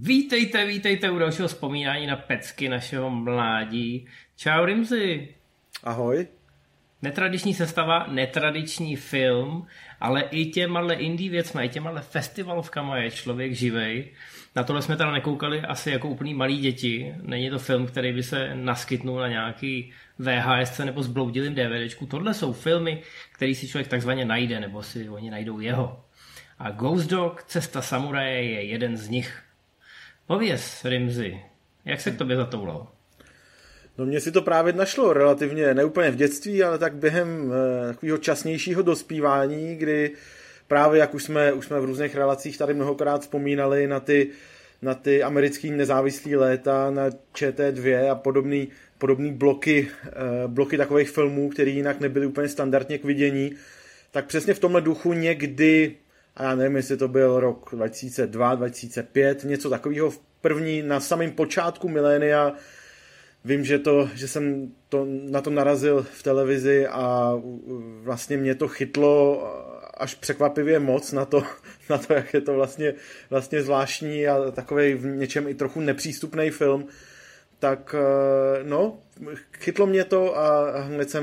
Vítejte u dalšího vzpomínání na pecky našeho mládí. Čau Rimzi. Ahoj. Netradiční sestava, netradiční film, ale i těma indie věcma, i těma festivalovkama je člověk živej. Na tohle jsme teda nekoukali asi jako úplný malí děti. Není to film, který by se naskytnul na nějaký VHS nebo zbloudilým DVDčku. Tohle jsou filmy, který si člověk takzvaně najde, nebo si oni najdou jeho. A Ghost Dog, Cesta samuraje je jeden z nich. Pověz, Rimzi, jak se k tobě zatoulal? No mně si to právě našlo relativně, ne úplně v dětství, ale tak během takového časnějšího dospívání, kdy právě jak už jsme v různých relacích tady mnohokrát vzpomínali na ty americký nezávislý léta, na ČT2 a podobný bloky takových filmů, které jinak nebyly úplně standardně k vidění, tak přesně v tomhle duchu někdy, a já nevím, jestli to byl rok 2002, 2005, něco takového na samém počátku milénia. Vím, že jsem na to narazil v televizi a vlastně mě to chytlo až překvapivě moc na to, jak je to vlastně zvláštní a takovej v něčem i trochu nepřístupný film. Tak no, chytlo mě to a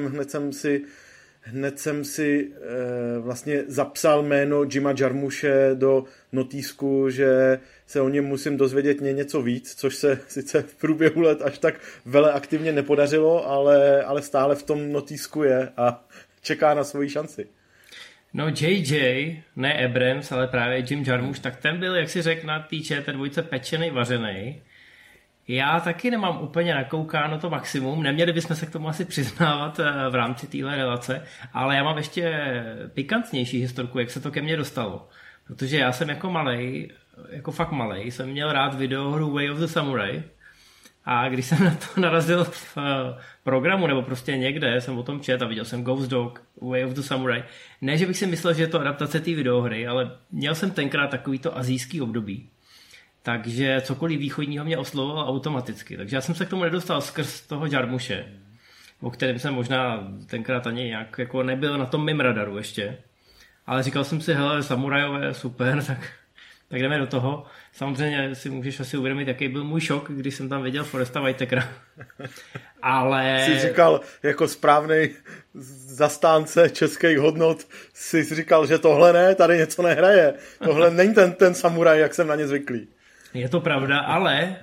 hned jsem si vlastně zapsal jméno Jima Jarmusche do notýsku, že se o něm musím dozvědět něco víc, což se sice v průběhu let až tak vele aktivně nepodařilo, ale stále v tom notýsku je a čeká na svoji šanci. No JJ, ne Abrams, ale právě Jim Jarmusch, tak ten byl, jak si řekl, na té ČT2 pečenej, vařenej. Já taky nemám úplně nakoukáno to maximum, neměli bychom se k tomu asi přiznávat v rámci téhle relace, ale já mám ještě pikantnější historku, jak se to ke mně dostalo. Protože já jsem jako fakt malej, jsem měl rád videohru Way of the Samurai a když jsem na to narazil v programu nebo prostě někde, jsem o tom čet a viděl jsem Ghost Dog, Way of the Samurai. Ne, že bych si myslel, že je to adaptace té videohry, ale měl jsem tenkrát takovýto asijský období. Takže cokoliv východního mě oslovilo automaticky. Takže já jsem se k tomu nedostal skrz toho Jarmusche, o kterém jsem možná tenkrát ani nějak jako nebyl na tom mým radaru ještě. Ale říkal jsem si, hele, samurajové, super, tak jdeme do toho. Samozřejmě si můžeš asi uvědomit, jaký byl můj šok, když jsem tam viděl Foresta Whitakera. Ale... Jsi říkal, jako správnej zastánce českých hodnot, jsi říkal, že tohle ne, tady něco nehraje. Tohle není ten samuraj, jak jsem na ně zvyklý. Je to pravda, ale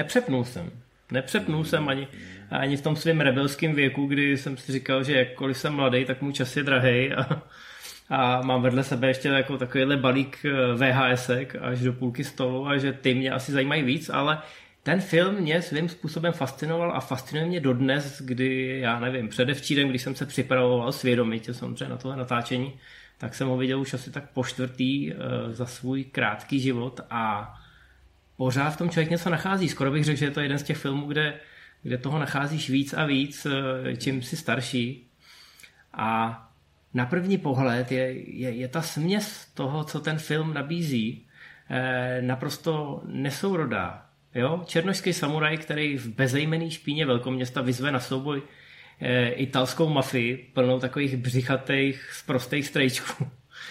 nepřepnul jsem ani v tom svém rebelském věku, kdy jsem si říkal, že jakkoliv jsem mladý, tak můj čas je drahej a mám vedle sebe ještě jako takovýhle balík VHSek až do půlky stolu a že ty mě asi zajímají víc, ale ten film mě svým způsobem fascinoval a fascinuje mě dodnes, kdy, já nevím, předevčírem, když jsem se připravoval svědomitě samozřejmě na tohle natáčení, tak jsem ho viděl už asi tak po čtvrtý za svůj krátký život a pořád v tom člověk něco nachází. Skoro bych řekl, že je to jeden z těch filmů, kde toho nacházíš víc a víc, čím jsi starší. A na první pohled je ta směs toho, co ten film nabízí, naprosto nesourodá. Jo? Černošský samuraj, který v bezejmenný špíně velkoměsta vyzve na souboj italskou mafii plnou takových břichatých, sprostých strejčků.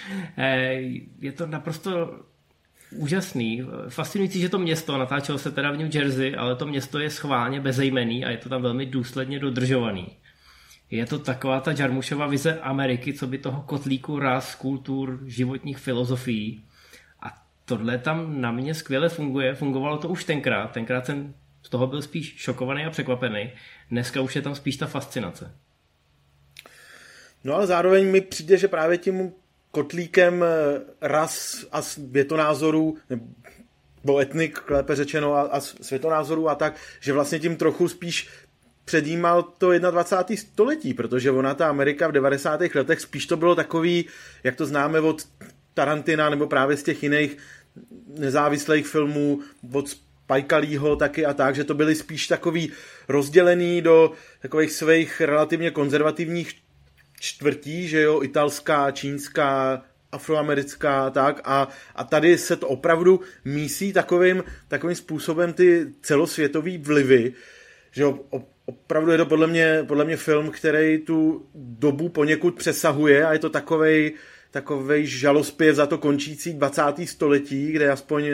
Je to naprosto úžasný. Fascinující, že to město, natáčelo se teda v New Jersey, ale to město je schválně bezejmenný a je to tam velmi důsledně dodržovaný. Je to taková ta Jarmuschova vize Ameriky, co by toho kotlíku ras, kultur, životních filozofií. A tohle tam na mě skvěle funguje. Fungovalo to už tenkrát. Tenkrát jsem z toho byl spíš šokovaný a překvapený. Dneska už je tam spíš ta fascinace. No ale zároveň mi přijde, že právě tím kotlíkem ras a světonázorů, nebo etnik, lépe řečeno, a světonázorů a tak, že vlastně tím trochu spíš předjímal to 21. století, protože ona, ta Amerika v 90. letech, spíš to bylo takový, jak to známe od Tarantina, nebo právě z těch jiných nezávislých filmů, od Spike Leeho taky a tak, že to byly spíš takový rozdělený do takových svých relativně konzervativních čtvrtí, že jo, italská, čínská, afroamerická, tak a tady se to opravdu mísí takovým způsobem ty celosvětový vlivy, že jo, opravdu je to podle mě film, který tu dobu poněkud přesahuje a je to takovej žalospěv za to končící 20. století, kde aspoň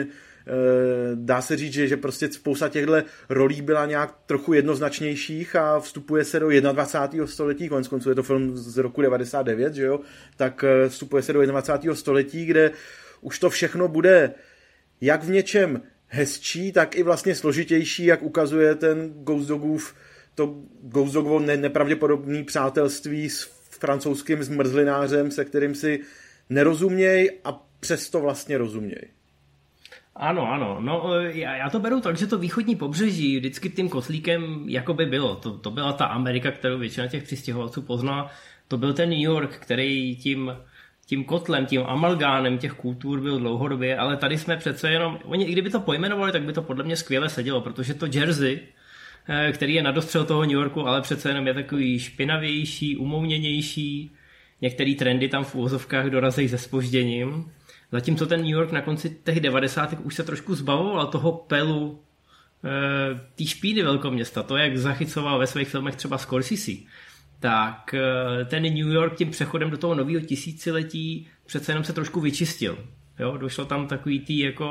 dá se říct, že prostě spousta těchto rolí byla nějak trochu jednoznačnějších a vstupuje se do 21. století, konec konců je to film z roku 99, že jo, tak vstupuje se do 21. století, kde už to všechno bude jak v něčem hezčí, tak i vlastně složitější, jak ukazuje ten Ghost Dogovo nepravděpodobný přátelství s francouzským zmrzlinářem, se kterým si nerozuměj a přesto vlastně rozuměj. Ano. No, já to beru tak, že to východní pobřeží vždycky tím kotlíkem jakoby bylo. To byla ta Amerika, kterou většina těch přistěhovalců pozná. To byl ten New York, který tím kotlem, tím amalgánem těch kultur byl dlouhodobě, ale tady jsme přece jenom, oni i kdyby to pojmenovali, tak by to podle mě skvěle sedělo, protože to Jersey, který je nadostřel toho New Yorku, ale přece jenom je takový špinavější, umouněnější, některé trendy tam v úvozovkách dorazí se zpožděním. Zatímco ten New York na konci těch 90. už se trošku zbavoval toho pelu té špíny velkoměsta, to, jak zachycoval ve svých filmech třeba Scorsese, tak ten New York tím přechodem do toho nového tisíciletí přece jenom se trošku vyčistil. Jo? Došlo tam takový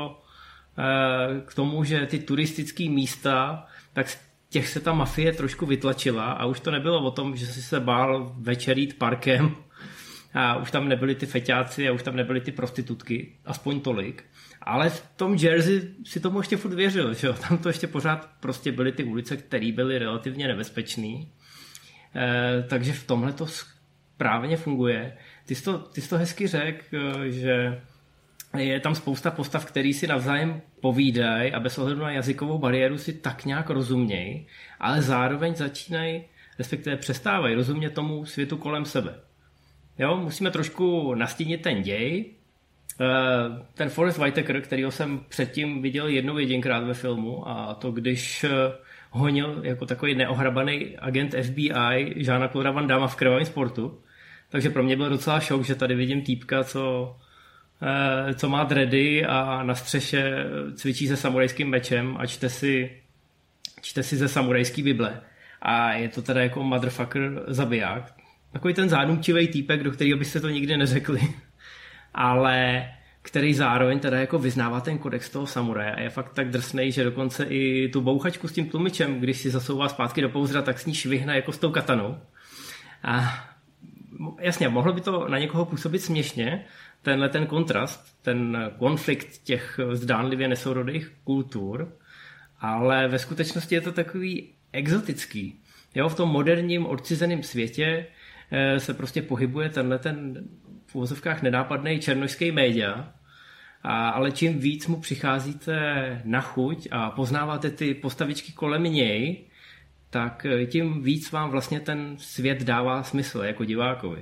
k tomu, že ty turistické místa, tak těch se ta mafie trošku vytlačila a už to nebylo o tom, že si se bál večer jít parkem a už tam nebyly ty feťáci a už tam nebyly ty prostitutky, aspoň tolik. Ale v tom Jersey si tomu ještě furt věřil, že jo? Tam to ještě pořád prostě byly ty ulice, které byly relativně nebezpečné. Takže v tomhle to správně funguje. Ty jsi to hezky řekl, že je tam spousta postav, který si navzájem povídají a bez ohledu na jazykovou bariéru si tak nějak rozumějí, ale zároveň začínají, respektive přestávají rozumět tomu světu kolem sebe. Jo, musíme trošku nastínit ten děj. Ten Forest Whitaker, kterýho jsem předtím viděl jedinkrát ve filmu, a to když honil jako takový neohrabaný agent FBI Jeana-Claude Van Damme v Krvavém sportu. Takže pro mě byl docela šok, že tady vidím týpka, co má dready a na střeše cvičí se samurajským mečem a čte si ze samurajský bible. A je to teda jako motherfucker zabiják. Takový ten zánumčivý týpek, do kterého byste to nikdy neřekli. Ale který zároveň teda jako vyznává ten kodex toho samuraje a je fakt tak drsnej, že dokonce i tu bouchačku s tím tlumičem, když si zasouvá zpátky do pouzdra, tak s ní švihne jako s tou katanou. A jasně, mohlo by to na někoho působit směšně, tenhle ten kontrast, ten konflikt těch zdánlivě nesourodých kultur, ale ve skutečnosti je to takový exotický. Jo, v tom moderním odcizeném světě se prostě pohybuje tenhle ten v uvozovkách nenápadný černošský média, ale čím víc mu přicházíte na chuť a poznáváte ty postavičky kolem něj, tak tím víc vám vlastně ten svět dává smysl jako divákovi.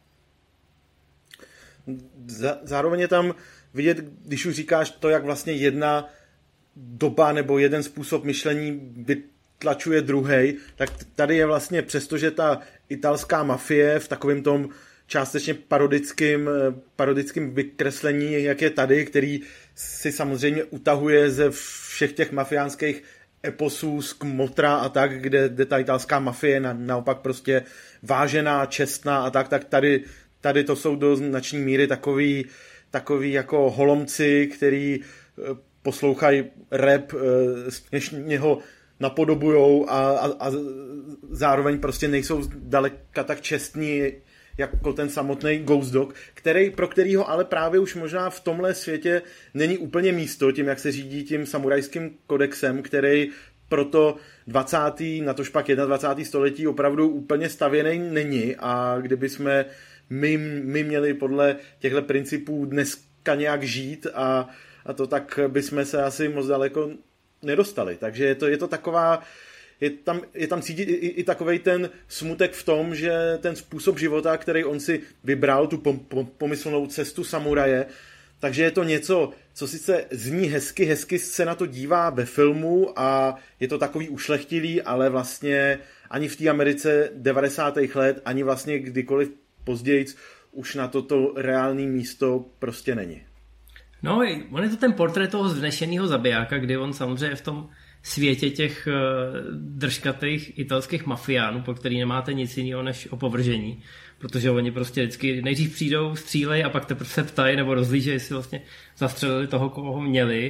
Zároveň je tam vidět, když už říkáš to, jak vlastně jedna doba nebo jeden způsob myšlení vytlačuje druhej, tak tady je vlastně přestože ta italská mafie v takovém tom částečně parodickým vykreslení, jak je tady, který si samozřejmě utahuje ze všech těch mafiánských eposů z Kmotra a tak, kde ta italská mafie je naopak prostě vážená, čestná a tak tady to jsou do značné míry takový jako holomci, který poslouchají rap, směšně ho napodobujou a zároveň prostě nejsou daleka tak čestní jako ten samotný Ghost Dog, pro kterýho ale právě už možná v tomhle světě není úplně místo, tím jak se řídí tím samurajským kodexem, který proto 20. natož pak 21. století opravdu úplně stavěný není a kdyby jsme my měli podle těchto principů dneska nějak žít a to tak bychom se asi moc daleko nedostali. Takže je to taková, je tam cítit i takovej ten smutek v tom, že ten způsob života, který on si vybral, tu pomyslnou cestu samuraje, takže je to něco, co sice zní hezky se na to dívá ve filmu a je to takový ušlechtilý, ale vlastně ani v té Americe 90. let, ani vlastně kdykoliv později už na toto reální místo prostě není. No, on je to ten portrét toho vznešeného zabijáka, kdy on samozřejmě v tom světě těch držkatých italských mafiánů, po který nemáte nic jiného než opovržení, protože oni prostě vždycky nejdřív přijdou, střílej a pak teprve se ptají nebo rozlížejí, jestli vlastně zastřelili toho, koho měli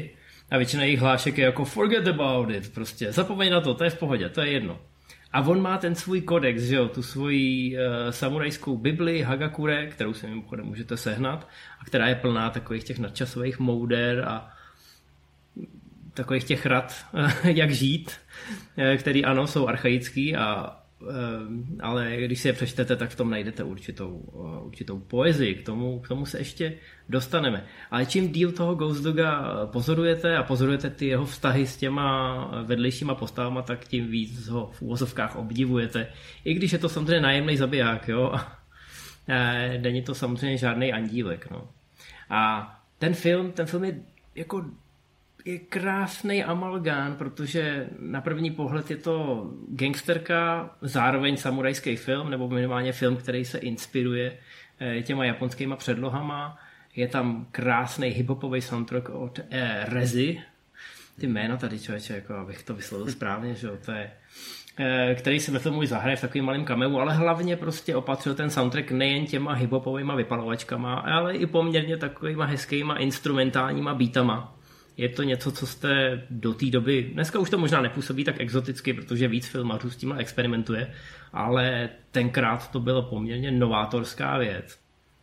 A většina jejich hlášek je jako forget about it, prostě zapomeň na to je v pohodě, to je jedno. A on má ten svůj kodex, že jo, tu svoji samurajskou Bibli Hagakure, kterou si mimochodem můžete sehnat, a která je plná takových těch nadčasových mouder a takových těch rad, jak žít, který ano, jsou archaický, ale když si je přečtete, tak v tom najdete určitou poezii, k tomu se ještě dostaneme. Ale čím díl toho Ghost Doga pozorujete a pozorujete ty jeho vztahy s těma vedlejšíma postavama, tak tím víc ho v úvozovkách obdivujete. I když je to samozřejmě nájemný zabiják, jo, není to samozřejmě žádný andílek, no. A ten film je jako je krásný amalgán, protože na první pohled je to gangsterka, zároveň samurajský film, nebo minimálně film, který se inspiruje těma japonskýma předlohama. Je tam krásný hiphopový soundtrack od Rezi. Ty jména tady, člověče, jako abych to vyslovil správně, že to je, který se ve filmu zahraje v takovým malým cameu, ale hlavně prostě opatřil ten soundtrack nejen těma hiphopovýma vypalovačkama, ale i poměrně takovýma hezkýma instrumentálníma beatama. Je to něco, co jste do té doby, dneska už to možná nepůsobí tak exoticky, protože víc filmařů s tímhle experimentuje, ale tenkrát to bylo poměrně novátorská věc.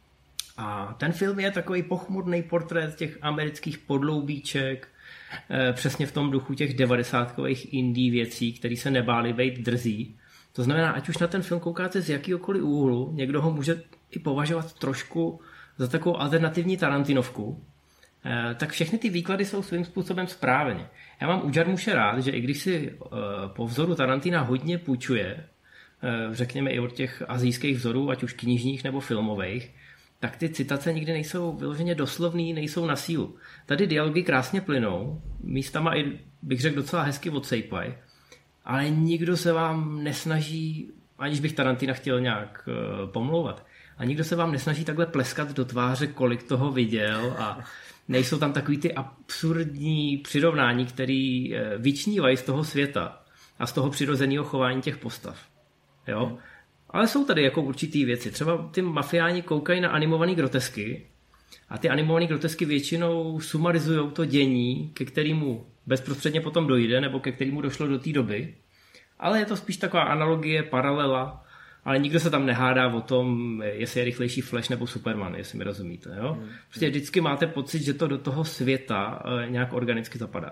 A ten film je takový pochmurný portrét těch amerických podloubíček, přesně v tom duchu těch 90kových indie věcí, které se nebály být drzí. To znamená, ať už na ten film koukáte z jakýhokoliv úhlu, někdo ho může i považovat trošku za takovou alternativní Tarantinovku, tak všechny ty výklady jsou svým způsobem správně. Já mám u Jarmuše rád, že i když si po vzoru Tarantina hodně půjčuje, řekněme i od těch asijských vzorů, ať už knižních nebo filmových, tak ty citace nikdy nejsou vyloženě doslovný, nejsou na sílu. Tady dialogy krásně plynou, místama i bych řekl docela hezky odsejpaj, ale nikdo se vám nesnaží, aniž bych Tarantina chtěl nějak pomlouvat, a nikdo se vám nesnaží takhle pleskat do tváře, kolik toho viděl, a nejsou tam takový ty absurdní přirovnání, které vyčnívají z toho světa a z toho přirozeného chování těch postav. Jo? Ale jsou tady jako určitý věci. Třeba ty mafiáni koukají na animované grotesky a ty animované grotesky většinou sumarizují to dění, ke kterému bezprostředně potom dojde, nebo ke kterému došlo do té doby. Ale je to spíš taková analogie, paralela, ale nikdo se tam nehádá o tom, jestli je rychlejší Flash nebo Superman, jestli mi rozumíte. Jo? Prostě vždycky máte pocit, že to do toho světa nějak organicky zapadá.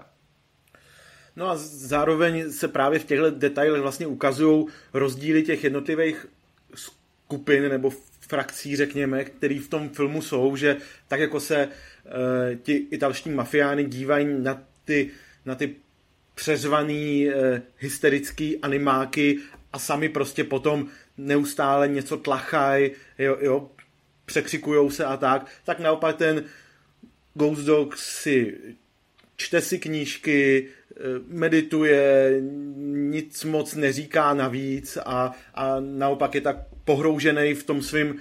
No a zároveň se právě v těchto detailech vlastně ukazují rozdíly těch jednotlivých skupin nebo frakcí, řekněme, který v tom filmu jsou, že tak jako se ti italští mafiáni dívají na ty přeřvaný hysterický animáky a sami prostě potom neustále něco tlachají, jo, překřikujou se a tak naopak ten Ghost Dog si čte si knížky, medituje, nic moc neříká navíc a naopak je tak pohroužený v tom svým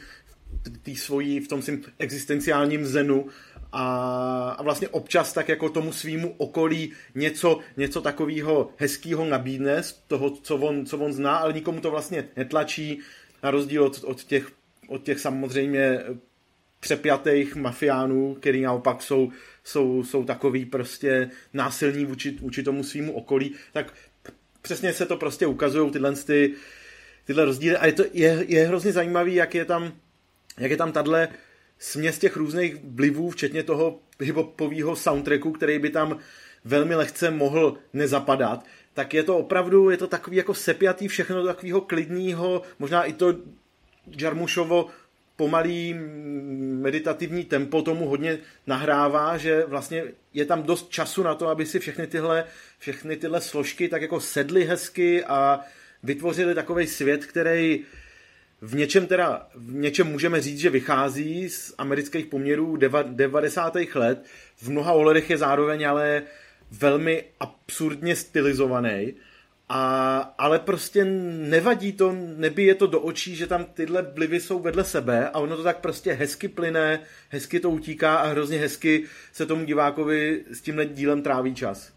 existenciálním zenu a vlastně občas tak jako tomu svýmu okolí něco takového hezkého nabídne z toho, co on zná, ale nikomu to vlastně netlačí, na rozdíl od těch samozřejmě přepjatých mafiánů, který naopak jsou takový prostě násilní vůči tomu svýmu okolí, tak přesně se to prostě ukazují tyhle rozdíly a je hrozně zajímavý, jak je tam tahle směs těch různých vlivů, včetně toho hiphopového soundtracku, který by tam velmi lehce mohl nezapadat, tak je to takový jako sepjatý, všechno takového klidného, možná i to Jarmušovo pomalý meditativní tempo tomu hodně nahrává, že vlastně je tam dost času na to, aby si všechny tyhle složky tak jako sedly hezky a vytvořili takovej svět, který v něčem můžeme říct, že vychází z amerických poměrů 90. let. V mnoha ohledech je zároveň ale velmi absurdně stylizovaný. Ale prostě nevadí to, nebije to do očí, že tam tyhle vlivy jsou vedle sebe a ono to tak prostě hezky plyne, hezky to utíká a hrozně hezky se tomu divákovi s tímhle dílem tráví čas.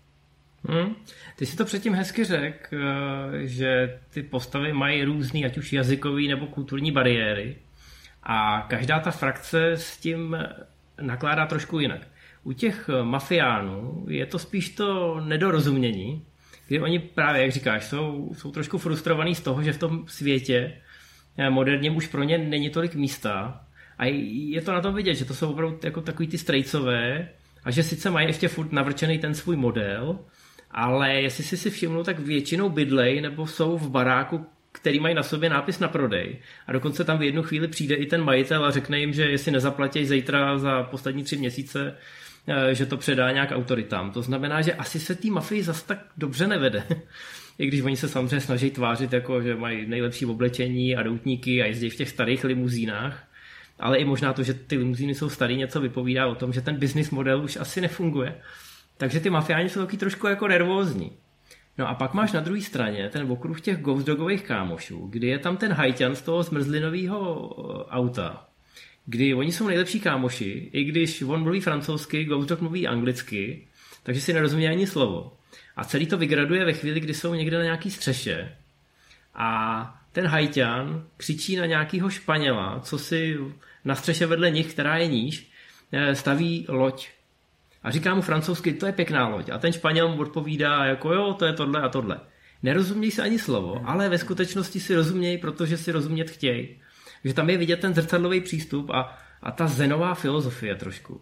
Ty jsi to předtím hezky řekl, že ty postavy mají různý, ať už jazykový nebo kulturní bariéry a každá ta frakce s tím nakládá trošku jinak. U těch mafiánů je to spíš to nedorozumění, kdy oni právě, jak říkáš, jsou trošku frustrovaní z toho, že v tom světě moderním už pro ně není tolik místa a je to na tom vidět, že to jsou opravdu jako takový ty strejcové a že sice mají ještě furt navrčený ten svůj model, ale jestli si všimnu, tak většinou bydlej nebo jsou v baráku, který mají na sobě nápis na prodej. A dokonce tam v jednu chvíli přijde i ten majitel a řekne jim, že jestli nezaplatí zítra za poslední 3 měsíce, že to předá nějak autoritám. To znamená, že asi se té mafii zas tak dobře nevede. I když oni se samozřejmě snaží tvářit, jako, že mají nejlepší oblečení a doutníky a jezdí v těch starých limuzínách. Ale i možná to, že ty limuzíny jsou starý, něco vypovídá o tom, že ten business model už asi nefunguje. Takže ty mafiáni jsou taky trošku jako nervózní. No a pak máš na druhé straně ten okruh těch Ghost Dogových kámošů, kdy je tam ten hajťan z toho zmrzlinového auta, kdy oni jsou nejlepší kámoši, i když on mluví francouzsky, Ghost Dog mluví anglicky, takže si nerozumí ani slovo. A celý to vygraduje ve chvíli, kdy jsou někde na nějaký střeše a ten hajťan křičí na nějakýho Španěla, co si na střeše vedle nich, která je níž, staví loď. A říká mu francouzsky, to je pěkná loď. A ten Španěl mu odpovídá, jako jo, to je tohle a tohle. Nerozumějí se ani slovo, ale ve skutečnosti si rozumějí, protože si rozumět chtějí. Takže tam je vidět ten zrcadlový přístup a ta zenová filozofie trošku.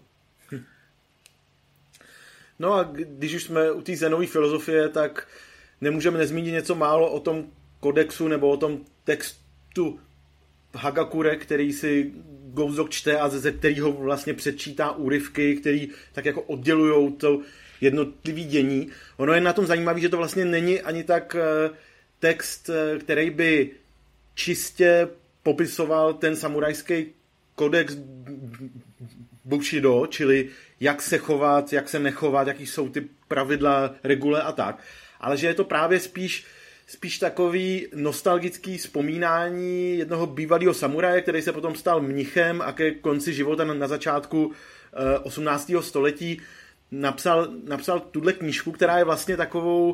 No a když už jsme u té zenové filozofie, tak nemůžeme nezmínit něco málo o tom kodexu nebo o tom textu Hagakure, který si Ghost Dog čte a ze kterého vlastně předčítá úryvky, který tak jako oddělujou to jednotlivý dění. Ono je na tom zajímavé, že to vlastně není ani tak text, který by čistě popisoval ten samurajský kodex Bushido, čili jak se chovat, jak se nechovat, jaký jsou ty pravidla, regule a tak. Ale že je to právě spíš takový nostalgický vzpomínání jednoho bývalého samuraje, který se potom stal mnichem a ke konci života na začátku 18. století napsal tuhle knížku, která je vlastně takovou,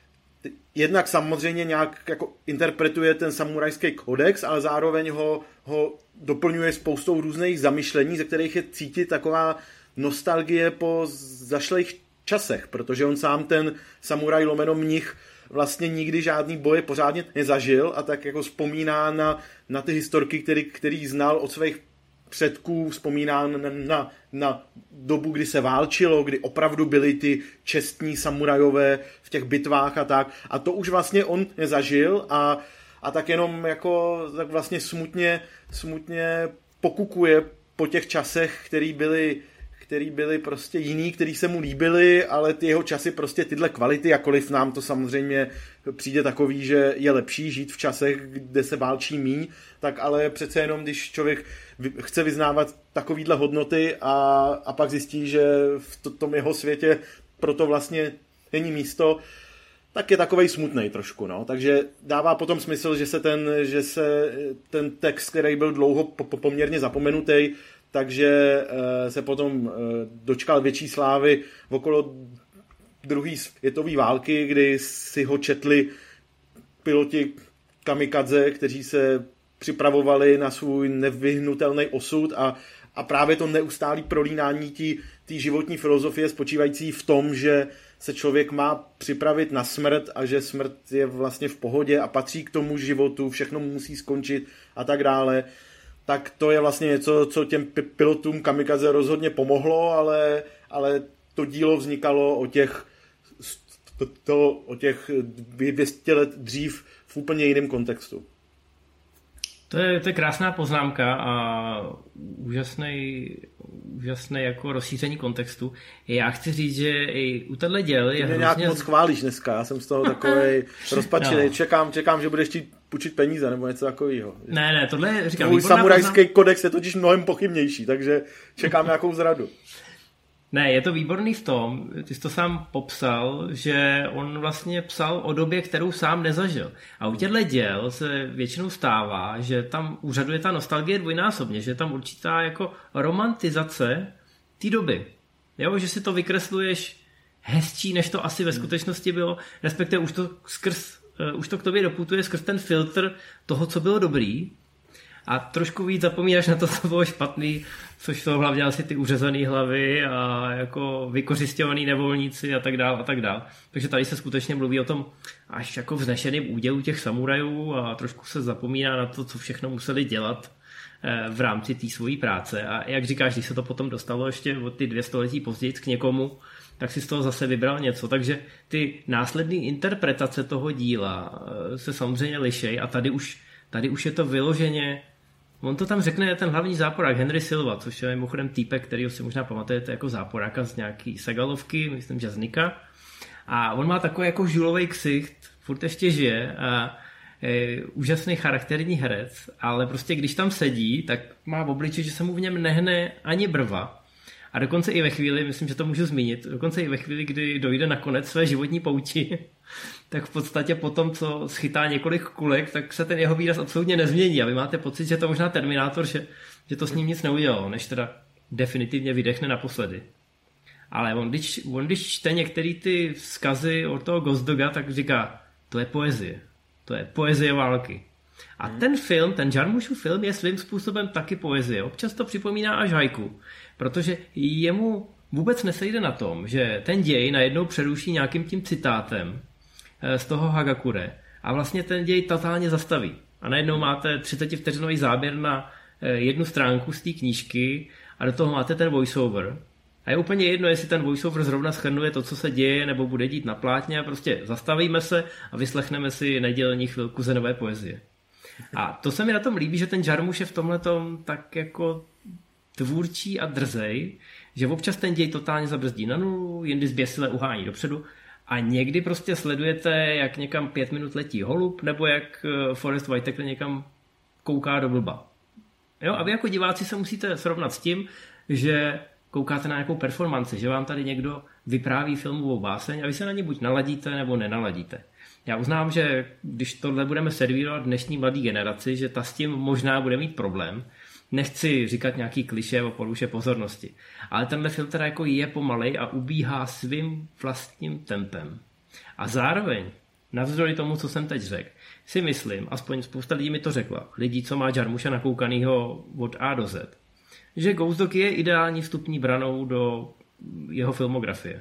jednak samozřejmě nějak jako interpretuje ten samurajský kodex, ale zároveň ho doplňuje spoustou různých zamyšlení, ze kterých je cítit taková nostalgie po zašlých časech, protože on sám ten samuraj lomeno mnich vlastně nikdy žádný boje pořádně nezažil a tak jako vzpomíná na ty historky, který znal od svých předků, vzpomíná na dobu, kdy se válčilo, kdy opravdu byli ty čestní samurajové v těch bitvách a tak. A to už vlastně on nezažil a tak jenom jako tak vlastně smutně pokukuje po těch časech, který byly prostě jiný, který se mu líbily, ale ty jeho časy prostě tyhle kvality, jakkoliv nám to samozřejmě přijde takový, že je lepší žít v časech, kde se válčí míň, tak ale přece jenom, když člověk chce vyznávat takovýhle hodnoty a pak zjistí, že v tom jeho světě proto vlastně není místo, tak je takovej smutnej trošku, no. Takže dává potom smysl, že se ten text, který byl dlouho poměrně zapomenutý, takže se potom dočkal větší slávy okolo druhé světové války, kdy si ho četli piloti kamikadze, kteří se připravovali na svůj nevyhnutelný osud a právě to neustálé prolínání té životní filozofie spočívající v tom, že se člověk má připravit na smrt a že smrt je vlastně v pohodě a patří k tomu životu, všechno musí skončit a tak dále, tak to je vlastně něco, co těm pilotům kamikaze rozhodně pomohlo, ale to dílo vznikalo o těch 200 let dřív v úplně jiném kontextu. To je krásná poznámka a úžasný jako rozšíření kontextu. Já chci říct, že i u téhle děl je hrozně... nějak moc chválíš dneska, já jsem z toho takovej rozpačený. No. Čekám, že budeš chtít půjčit peníze nebo něco takového. Ne, tohle říkám. Můj samurajský kodex je totiž mnohem pochybnější, takže čekám nějakou zradu. Ne, je to výborný v tom, ty jsi to sám popsal, že on vlastně psal o době, kterou sám nezažil. A u těchto děl se většinou stává, že tam úřaduje ta nostalgie dvojnásobně, že je tam určitá jako romantizace té doby. Jo, že si to vykresluješ hezčí, než to asi ve skutečnosti bylo, respektive už to k tobě doputuje skrz ten filtr toho, co bylo dobrý. a trošku víc zapomínáš na to, co bylo špatný, což jsou hlavně asi ty uřezaný hlavy a jako vykořisťovaný nevolníci a tak dál a tak dál. Takže tady se skutečně mluví o tom až jako vznešeným údělu těch samurajů a trošku se zapomíná na to, co všechno museli dělat v rámci té svojí práce. A jak říkáš, když se to potom dostalo ještě o ty 200 letí později k někomu, tak si z toho zase vybral něco. Takže ty následné interpretace toho díla se samozřejmě lišej a tady už je to vyloženě, on to tam řekne ten hlavní záporák Henry Silva, což je mimochodem týpek, kterýho si možná pamatujete jako záporáka z nějaký Segalovky, myslím, že z Nika. A on má takový jako žulovej ksicht, furt ještě žije a úžasný charakterní herec, ale prostě když tam sedí, tak má v obličeji, že se mu v něm nehne ani brva. A dokonce i ve chvíli, myslím, že to můžu zmínit, dokonce i ve chvíli, kdy dojde na konec své životní pouti, tak v podstatě po tom, co schytá několik kulek, tak se ten jeho výraz absolutně nezmění. A vy máte pocit, že to možná Terminátor, že to s ním nic neudělalo, než teda definitivně vydechne naposledy. Ale on když čte některé ty vzkazy od toho Ghost Doga, tak říká, to je poezie. To je poezie války. A ten film, ten Jarmušův film je svým způsobem taky poezie. Občas to připomíná až haiku, protože jemu vůbec nesejde na tom, že ten děj najednou přeruší nějakým tím citátem z toho Hagakure a vlastně ten děj totálně zastaví. A najednou máte 30 vteřinový záběr na jednu stránku z té knížky a do toho máte ten voiceover. A je úplně jedno, jestli ten voiceover zrovna shrnuje to, co se děje, nebo bude dít na plátně a prostě zastavíme se a vyslechneme si nedělní chvilku zenové poezie. A to se mi na tom líbí, že ten Jarmuš je v tomhletom tak jako tvůrčí a drzej, že občas ten děj totálně zabrzdí na nulu, jindy zběsile uhání dopředu a někdy prostě sledujete, jak někam 5 minut letí holub, nebo jak Forest Whitaker někam kouká do blba. Jo, a vy jako diváci se musíte srovnat s tím, že koukáte na nějakou performanci, že vám tady někdo vypráví filmovou báseň a vy se na ně buď naladíte, nebo nenaladíte. Já uznám, že když tohle budeme servírovat dnešní mladé generaci, že ta s tím možná bude mít problém. Nechci říkat nějaký klišé o poruše pozornosti. Ale tenhle film teda jako je pomalej a ubíhá svým vlastním tempem. A zároveň, navzdory tomu, co jsem teď řekl, si myslím, aspoň spousta lidí mi to řekla, lidí, co má Jarmuša nakoukanýho od A do Z, že Ghost Dog je ideální vstupní branou do jeho filmografie.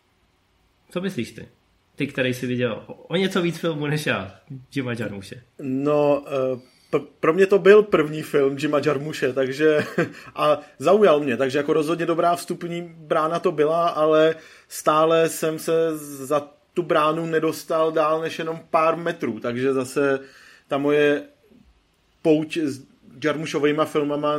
Co myslíš ty? Ty, který jsi viděl o něco víc filmů než já, Jima Jarmuše. No, pro mě to byl první film Jima Jarmuše, takže a zaujal mě, takže jako rozhodně dobrá vstupní brána to byla, ale stále jsem se za tu bránu nedostal dál než jenom pár metrů, takže zase ta moje pouť s Jarmušovejma filmama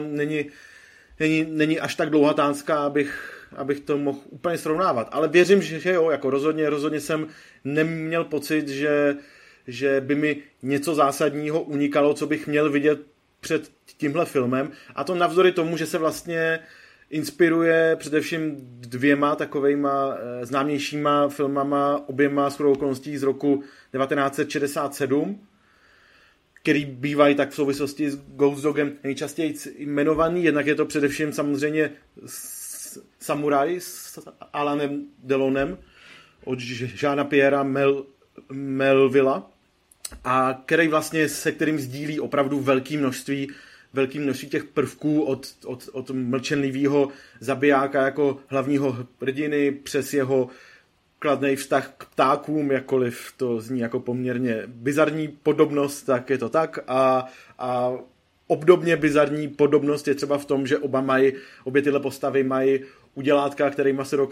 není až tak dlouhatánská, abych to mohl úplně srovnávat. Ale věřím, že jo, jako rozhodně jsem neměl pocit, že by mi něco zásadního unikalo, co bych měl vidět před tímhle filmem. A to navzdory tomu, že se vlastně inspiruje především 2 takovejma známějšíma filmama, oběma shodou okolností z roku 1967, který bývají tak v souvislosti s Ghost Dogem nejčastěji jmenovaný. Jednak je to především samozřejmě Samuraj s Alanem Delonem od Jeana Pierra Melvilla, a který vlastně se kterým sdílí opravdu velké množství těch prvků od mlčenlivého zabijáka jako hlavního hrdiny přes jeho kladný vztah k ptákům, jakkoliv to zní jako poměrně bizarní podobnost, tak je to tak. A obdobně bizarní podobnost je třeba v tom, že obě tyhle postavy mají udělátka, kterýma se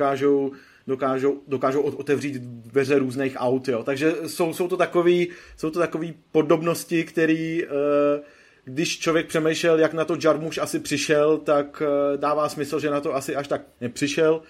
dokážou otevřít dveře různých aut. Jo. Takže jsou to takové podobnosti, které, když člověk přemýšlel, jak na to Jarmuš asi přišel, tak dává smysl, že na to asi až tak nepřišel.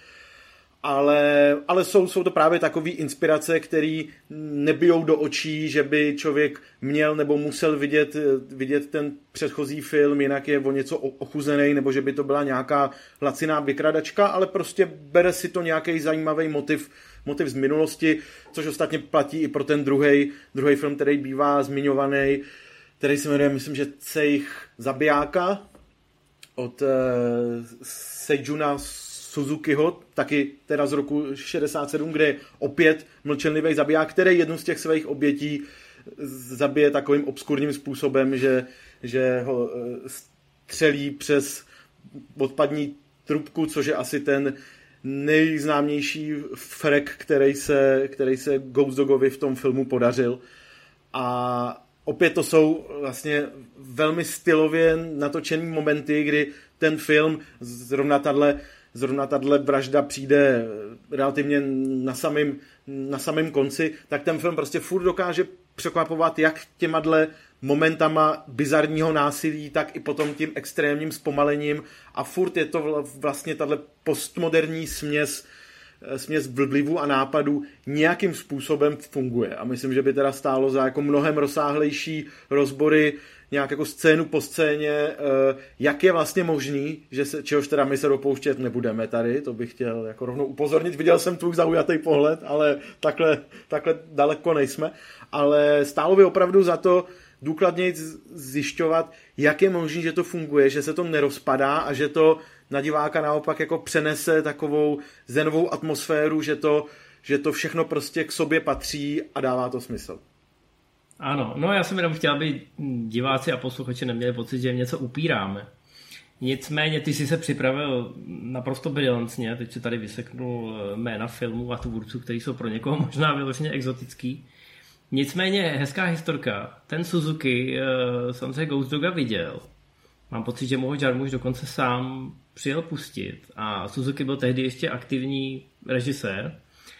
Ale jsou to právě takové inspirace, které nebijou do očí, že by člověk měl nebo musel vidět ten předchozí film, jinak je o něco ochuzený, nebo že by to byla nějaká laciná vykradačka, ale prostě bere si to nějaký zajímavý motiv z minulosti, což ostatně platí i pro ten druhý film, který bývá zmiňovaný, který se jmenuje, myslím, že Cejch zabijáka od Seijuna Suzukiho, taky teda z roku 67, kde je opět mlčenlivý zabiják, který jednu z těch svých obětí zabije takovým obskurním způsobem, že že ho střelí přes odpadní trubku, což je asi ten nejznámější frek, který se Ghost Dogovi v tom filmu podařil. A opět to jsou vlastně velmi stylově natočený momenty, kdy ten film, zrovna tahle vražda přijde relativně na samém konci, tak ten film prostě furt dokáže překvapovat jak těmadle momentama bizarního násilí, tak i potom tím extrémním zpomalením a furt je to vlastně tahle postmoderní směs vlivů a nápadů nějakým způsobem funguje. A myslím, že by teda stálo za jako mnohem rozsáhlejší rozbory nějak jako scénu po scéně, jak je vlastně možný, čehož teda my se dopouštět nebudeme tady, to bych chtěl jako rovnou upozornit. Viděl jsem tvůj zaujatý pohled, ale takhle daleko nejsme. Ale stálo by opravdu za to důkladněji zjišťovat, jak je možný, že to funguje, že se to nerozpadá a že to na diváka naopak jako přenese takovou zenovou atmosféru, že to všechno prostě k sobě patří a dává to smysl. Ano, no já jsem jenom chtěl, aby diváci a posluchači neměli pocit, že jim něco upíráme. Nicméně ty jsi se připravil naprosto brilantně, teď si tady vyseknul jména filmů a tvůrců, kteří jsou pro někoho možná vyloženě exotický. Nicméně hezká historka. Ten Suzuki samozřejmě Ghost Doga viděl. Mám pocit, že mohl Jarmusch dokonce sám přijel pustit. A Suzuki byl tehdy ještě aktivní režisér.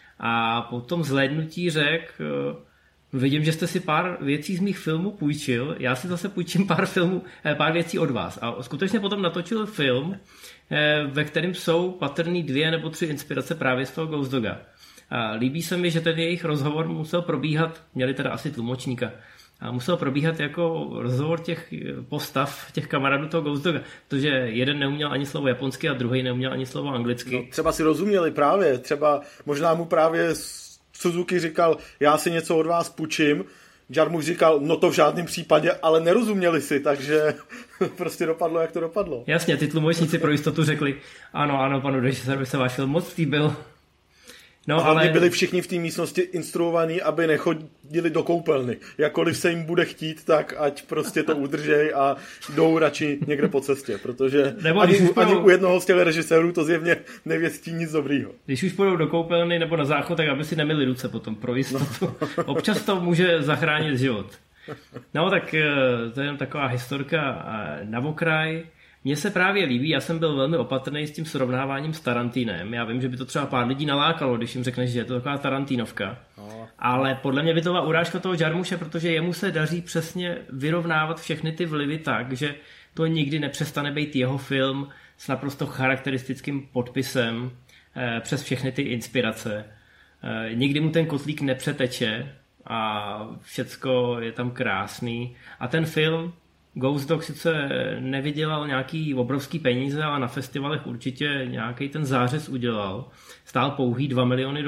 A po tom zhlédnutí řekl, vidím, že jste si pár věcí z mých filmů půjčil, já si zase půjčím pár věcí od vás. A skutečně potom natočil film, ve kterém jsou patrný 2 nebo 3 inspirace právě z toho Ghost Doga. A líbí se mi, že ten jejich rozhovor musel probíhat, měli teda asi tlumočníka, a musel probíhat jako rozhovor těch postav, těch kamarádů toho Ghost Doga, protože jeden neuměl ani slovo japonsky a druhý neuměl ani slovo anglicky. No, třeba si rozuměli právě, třeba možná mu právě Suzuki říkal, já si něco od vás půjčím, Jarmusch říkal, no to v žádném případě, ale nerozuměli si, takže prostě dopadlo, jak to dopadlo. Jasně, ty tlumočníci pro jistotu řekli, ano, panu režisérovi se váš film moc líbil. No, hlavně byli všichni v té místnosti instruovaní, aby nechodili do koupelny. Jakkoliv se jim bude chtít, tak ať prostě to udržej a jdou radši někde po cestě, protože ani u jednoho z těch režisérů to zjevně nevěstí nic dobrýho. Když už půjdou do koupelny nebo na záchod, tak aby si nemyli ruce potom pro jistotu. No. Občas to může zachránit život. No tak to je jen taková historka na okraj. Mně se právě líbí, já jsem byl velmi opatrný s tím srovnáváním s Tarantinem. Já vím, že by to třeba pár lidí nalákalo, když jim řekneš, že je to taková Tarantinovka. Ale podle mě by to byla urážka toho Jarmusche, protože jemu se daří přesně vyrovnávat všechny ty vlivy tak, že to nikdy nepřestane být jeho film s naprosto charakteristickým podpisem přes všechny ty inspirace. Nikdy mu ten kotlík nepřeteče a všecko je tam krásný. A ten film Ghost Dog sice nevydělal nějaký obrovský peníze, ale na festivalech určitě nějaký ten zářez udělal. Stál pouhý $2 miliony.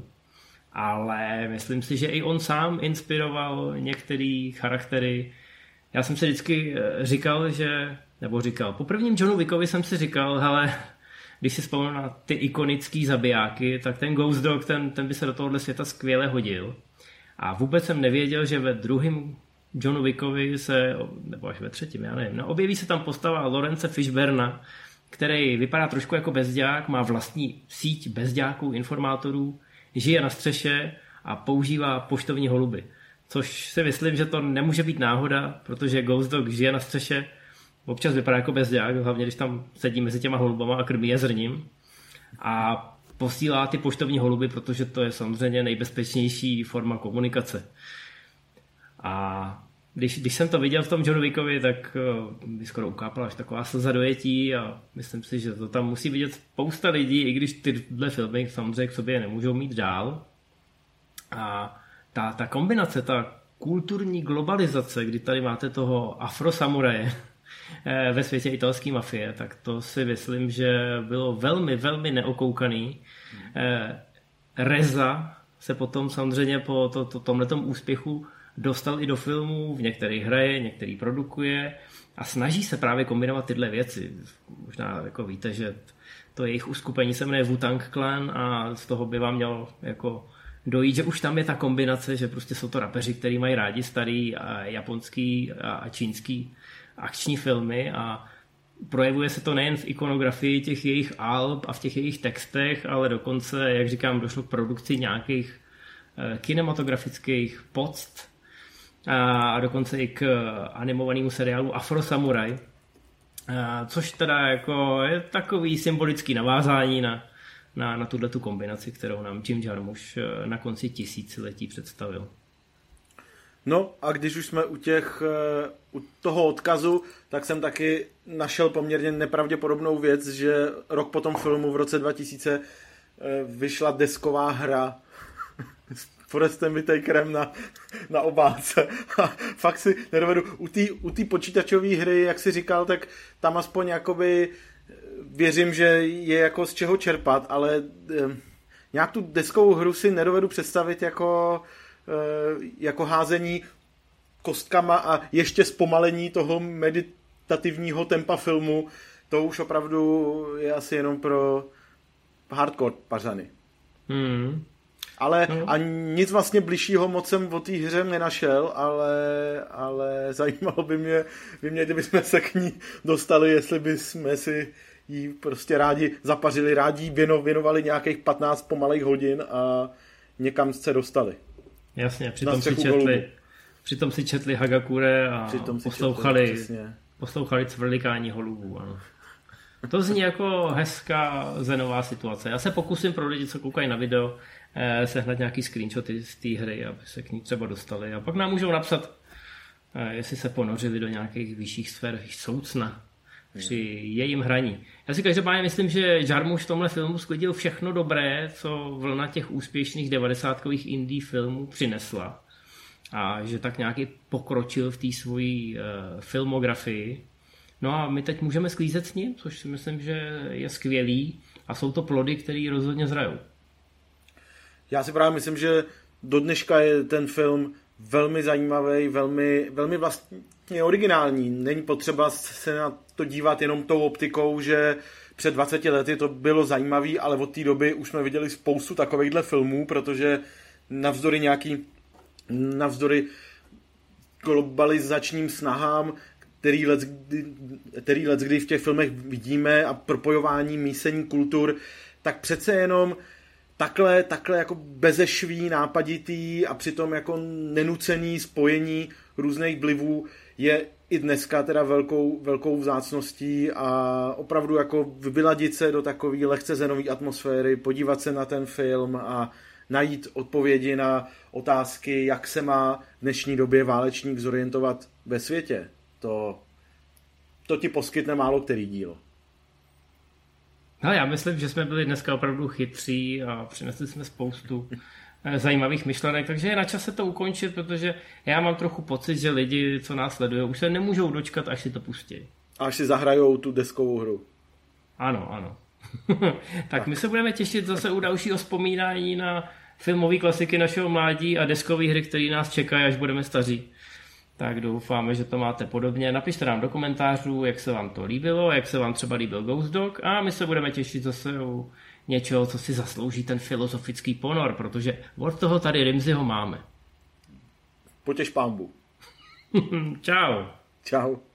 Ale myslím si, že i on sám inspiroval některé charaktery. Já jsem si vždycky říkal, po prvním Johnu Wickovi jsem si říkal, hele, když si vzpomínám na ty ikonický zabijáky, tak ten Ghost Dog, ten by se do tohohle světa skvěle hodil. A vůbec jsem nevěděl, že ve druhém Johnu Wickovi nebo až ve třetím, já nevím, objeví se tam postava Laurence Fishburna, který vypadá trošku jako bezďák, má vlastní síť bezďáků, informátorů, žije na střeše a používá poštovní holuby. Což si myslím, že to nemůže být náhoda, protože Ghost Dog žije na střeše, občas vypadá jako bezďák, hlavně když tam sedí mezi těma holubama a krmí je zrním. A posílá ty poštovní holuby, protože to je samozřejmě nejbezpečnější forma komunikace. A když jsem to viděl v tom Johnu Wickovi, tak mi skoro ukápala až taková slza dojetí a myslím si, že to tam musí vidět spousta lidí, i když tyhle filmy samozřejmě k sobě nemůžou mít dál. A ta kombinace, ta kulturní globalizace, kdy tady máte toho afrosamuraje ve světě italské mafie, tak to si myslím, že bylo velmi, velmi neokoukaný. Reza se potom samozřejmě po tomhletom úspěchu dostal i do filmů, v některých hraje, některý produkuje a snaží se právě kombinovat tyhle věci. Možná jako víte, že to jejich uskupení se jmenuje Wu-Tang Clan a z toho by vám mělo jako dojít, že už tam je ta kombinace, že prostě jsou to rapeři, kteří mají rádi starý a japonský a čínský akční filmy a projevuje se to nejen v ikonografii těch jejich alb a v těch jejich textech, ale dokonce, jak říkám, došlo k produkci nějakých kinematografických poct a dokonce i k animovanému seriálu Afro Samurai, což teda jako je takový symbolický navázání na tuhletu kombinaci, kterou nám Jim Jarmusch na konci tisíciletí představil. No a když už jsme u toho odkazu, tak jsem taky našel poměrně nepravděpodobnou věc, že rok po tom filmu v roce 2000 vyšla desková hra s Forestem Whitakerem na obálce. A fakt si nedovedu, u té počítačové hry, jak jsi říkal, tak tam aspoň jakoby věřím, že je jako z čeho čerpat, ale nějak tu deskovou hru si nedovedu představit jako házení kostkama a ještě zpomalení toho meditativního tempa filmu. To už opravdu je asi jenom pro hardcore pařany. Ale a nic vlastně bližšího moc jsem o té hře nenašel, ale zajímalo by mě, kdybychom se k ní dostali, jestli bychom si ji prostě rádi zapařili, rádi věnovali nějakých 15 pomalých hodin a někam se dostali. Jasně, přitom si četli Hagakure a poslouchali cvrlikání holubů. Ano. To zní jako hezká zenová situace. Já se pokusím pro lidi, co koukají na video, sehnat nějaký screenshoty z té hry, aby se k ní třeba dostali. A pak nám můžou napsat, jestli se ponořili do nějakých vyšších sfér soucna při jejím hraní. Já si každopádně myslím, že Jarmusch v tomhle filmu sklidil všechno dobré, co vlna těch úspěšných 90kových indie filmů přinesla. A že tak nějaký pokročil v té svojí filmografii. No a my teď můžeme sklízet s ním, což si myslím, že je skvělý a jsou to plody, které rozhodně zrajou. Já si právě myslím, že do dneška je ten film velmi zajímavý, velmi vlastně originální. Není potřeba se na to dívat jenom tou optikou, že před 20 lety to bylo zajímavý, ale od té doby už jsme viděli spoustu takovýchhle filmů, protože navzdory globalizačním snahám, který leckdy v těch filmech vidíme a propojování mísení kultur, tak přece jenom takhle jako bezešví, nápaditý a přitom jako nenucený spojení různých vlivů je i dneska teda velkou vzácností a opravdu jako vyladit se do takové lehce zenové atmosféry, podívat se na ten film a najít odpovědi na otázky, jak se má v dnešní době válečník zorientovat ve světě. To ti poskytne málo který díl. No, já myslím, že jsme byli dneska opravdu chytří a přinesli jsme spoustu zajímavých myšlenek, takže je na čase to ukončit, protože já mám trochu pocit, že lidi, co nás sledují, už se nemůžou dočkat, až si to pustí. Až si zahrajou tu deskovou hru. Ano. Tak my se budeme těšit zase u dalšího vzpomínání na filmové klasiky našeho mládí a deskové hry, které nás čekají, až budeme staří. Tak doufáme, že to máte podobně. Napište nám do komentářů, jak se vám to líbilo, jak se vám třeba líbil Ghost Dog a my se budeme těšit zase u něčeho, co si zaslouží ten filozofický ponor, protože od toho tady Rimziho máme. Potěš pánbu. Čau. Čau.